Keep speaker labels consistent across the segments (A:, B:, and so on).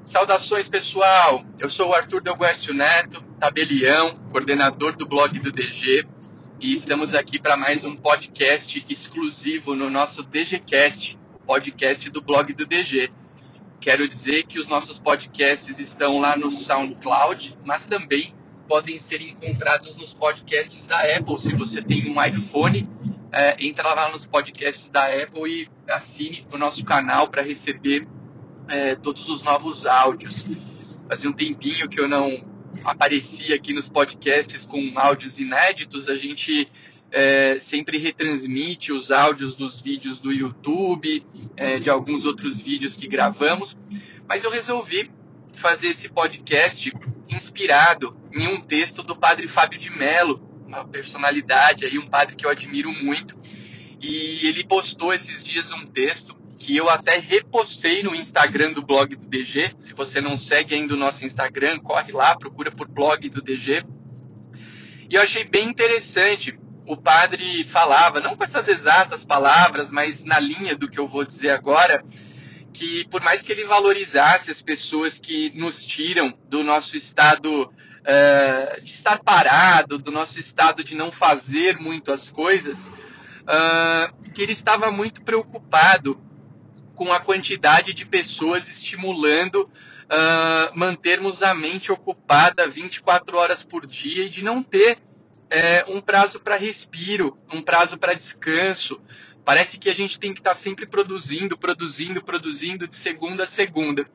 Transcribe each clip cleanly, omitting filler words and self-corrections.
A: Saudações, pessoal! Eu sou o Arthur Delguercio Neto, tabelião, coordenador do blog do DG, e estamos aqui para mais um podcast exclusivo no nosso DGCast, o podcast do blog do DG. Quero dizer que os nossos podcasts estão lá no SoundCloud, mas também podem ser encontrados nos podcasts da Apple. Se você tem um iPhone, entra lá nos podcasts da Apple e assine o nosso canal para receber todos os novos áudios. Fazia um tempinho que eu não aparecia aqui nos podcasts com áudios inéditos. A gente sempre retransmite os áudios dos vídeos do YouTube, de alguns outros vídeos que gravamos, mas eu resolvi fazer esse podcast inspirado em um texto do padre Fábio de Mello, uma personalidade aí, um padre que eu admiro muito, e ele postou esses dias um texto que eu até repostei no Instagram do blog do DG. Se você não segue ainda o nosso Instagram, corre lá, procura por blog do DG. E eu achei bem interessante. O padre falava, não com essas exatas palavras, mas na linha do que eu vou dizer agora, que por mais que ele valorizasse as pessoas que nos tiram do nosso estado de estar parado, do nosso estado de não fazer muito as coisas, que ele estava muito preocupado com a quantidade de pessoas estimulando mantermos a mente ocupada 24 horas por dia e de não ter um prazo para respiro, um prazo para descanso. Parece que a gente tem que estar sempre produzindo de segunda a segunda.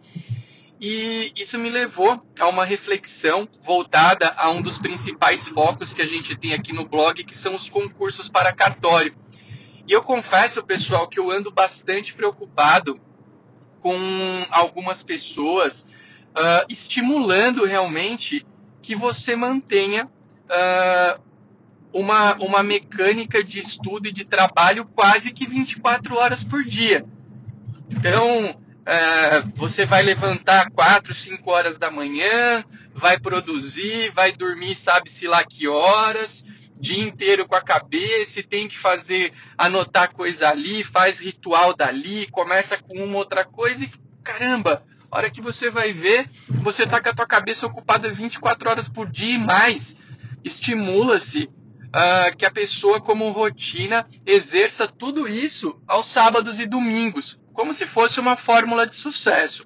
A: E isso me levou a uma reflexão voltada a um dos principais focos que a gente tem aqui no blog, que são os concursos para cartório. E eu confesso, pessoal, que eu ando bastante preocupado com algumas pessoas estimulando realmente que você mantenha uma mecânica de estudo e de trabalho quase que 24 horas por dia. Então, você vai levantar 4, 5 horas da manhã, vai produzir, vai dormir sabe-se lá que horas, dia inteiro com a cabeça, e tem que anotar coisa ali, faz ritual dali, começa com uma outra coisa e, caramba, a hora que você vai ver, você tá com a tua cabeça ocupada 24 horas por dia e mais. Estimula-se que a pessoa, como rotina, exerça tudo isso aos sábados e domingos, como se fosse uma fórmula de sucesso.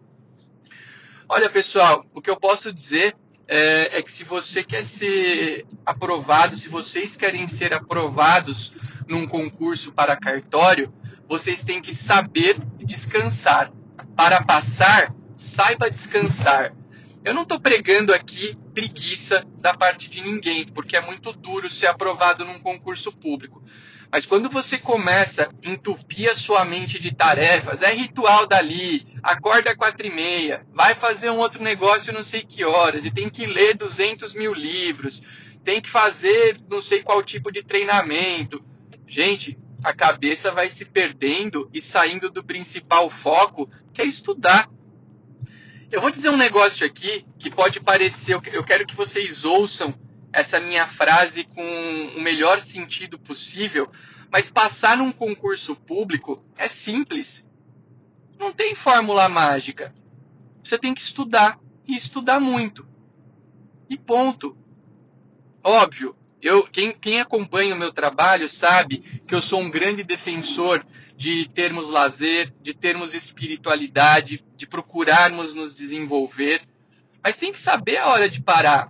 A: Olha, pessoal, o que eu posso dizer é que se você quer ser aprovado, se vocês querem ser aprovados num concurso para cartório, vocês têm que saber descansar. Para passar, saiba descansar. Eu não estou pregando aqui preguiça da parte de ninguém, porque é muito duro ser aprovado num concurso público. Mas quando você começa a entupir a sua mente de tarefas, é ritual dali, acorda às 4h30, vai fazer um outro negócio não sei que horas, e tem que ler 200 mil livros, tem que fazer não sei qual tipo de treinamento. Gente, a cabeça vai se perdendo e saindo do principal foco, que é estudar. Eu vou dizer um negócio aqui que pode parecer, eu quero que vocês ouçam essa minha frase com o melhor sentido possível, mas passar num concurso público é simples. Não tem fórmula mágica. Você tem que estudar, e estudar muito. E ponto. Óbvio, quem acompanha o meu trabalho sabe que eu sou um grande defensor de termos lazer, de termos espiritualidade, de procurarmos nos desenvolver, mas tem que saber a hora de parar.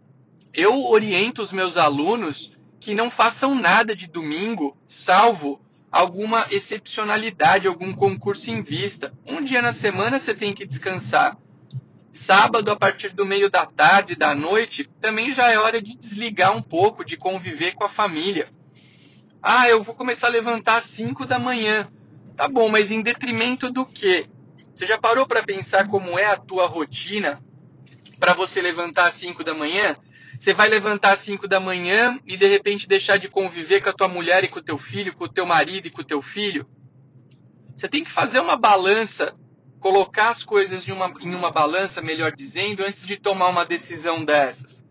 A: Eu oriento os meus alunos que não façam nada de domingo, salvo alguma excepcionalidade, algum concurso em vista. Um dia na semana você tem que descansar. Sábado, a partir do meio da tarde, da noite, também já é hora de desligar um pouco, de conviver com a família. Ah, eu vou começar a levantar às 5 da manhã. Tá bom, mas em detrimento do quê? Você já parou para pensar como é a tua rotina para você levantar às 5 da manhã? Você vai levantar às 5 da manhã e de repente deixar de conviver com a tua mulher e com o teu filho, com o teu marido e com o teu filho? Você tem que fazer uma balança, colocar as coisas em uma balança, melhor dizendo, antes de tomar uma decisão dessas.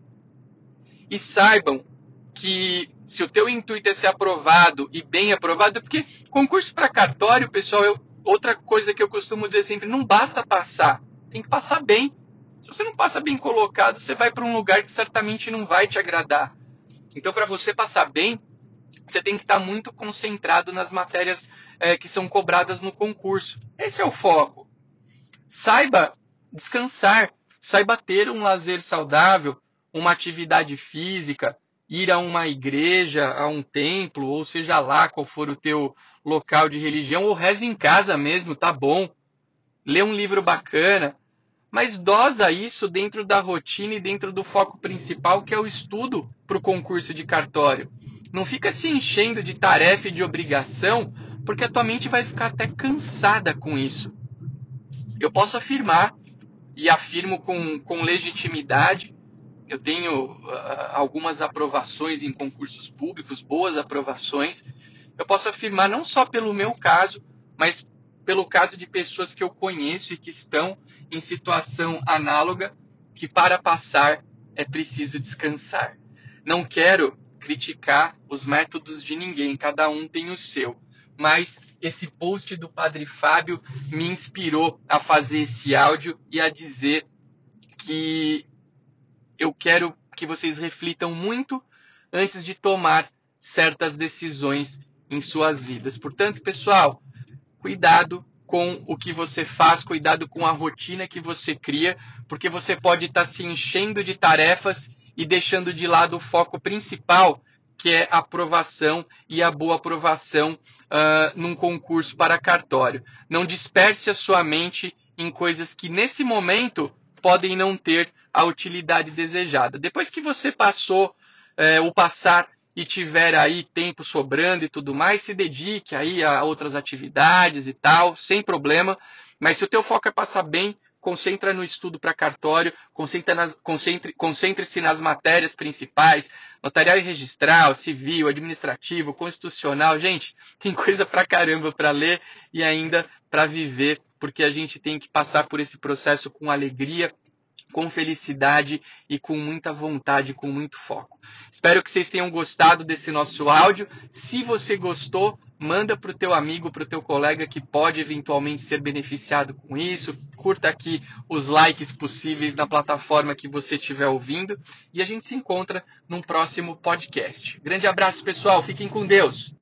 A: E saibam que se o teu intuito é ser aprovado e bem aprovado, porque concurso para cartório, pessoal, outra coisa que eu costumo dizer sempre, não basta passar. tem que passar bem. Se você não passa bem colocado, você vai para um lugar que certamente não vai te agradar. Então, para você passar bem, você tem que estar muito concentrado nas matérias que são cobradas no concurso. Esse é o foco. Saiba descansar, saiba ter um lazer saudável, uma atividade física, ir a uma igreja, a um templo, ou seja lá qual for o teu local de religião, ou reze em casa mesmo, tá bom. Lê um livro bacana, mas dosa isso dentro da rotina e dentro do foco principal, que é o estudo para o concurso de cartório. Não fica se enchendo de tarefa e de obrigação, porque a tua mente vai ficar até cansada com isso. Eu posso afirmar, e afirmo com legitimidade, eu tenho algumas aprovações em concursos públicos, boas aprovações. Eu posso afirmar não só pelo meu caso, mas pelo caso de pessoas que eu conheço e que estão em situação análoga, que para passar é preciso descansar. Não quero criticar os métodos de ninguém, cada um tem o seu. Mas esse post do Padre Fábio me inspirou a fazer esse áudio e a dizer que eu quero que vocês reflitam muito antes de tomar certas decisões em suas vidas. Portanto, pessoal, cuidado com o que você faz, cuidado com a rotina que você cria, porque você pode estar se enchendo de tarefas e deixando de lado o foco principal, que é a aprovação e a boa aprovação num concurso para cartório. Não disperse a sua mente em coisas que nesse momento podem não ter a utilidade desejada. Depois que você passou o passar e tiver aí tempo sobrando e tudo mais, se dedique aí a outras atividades e tal, sem problema. Mas se o teu foco é passar bem, concentra no estudo para cartório, concentre-se nas matérias principais, notarial e registral, civil, administrativo, constitucional. Gente, tem coisa pra caramba para ler e ainda para viver, porque a gente tem que passar por esse processo com alegria, com felicidade e com muita vontade, com muito foco. Espero que vocês tenham gostado desse nosso áudio. Se você gostou, manda para o teu amigo, para o teu colega que pode eventualmente ser beneficiado com isso. Curta aqui os likes possíveis na plataforma que você estiver ouvindo. E a gente se encontra num próximo podcast. Grande abraço, pessoal. Fiquem com Deus.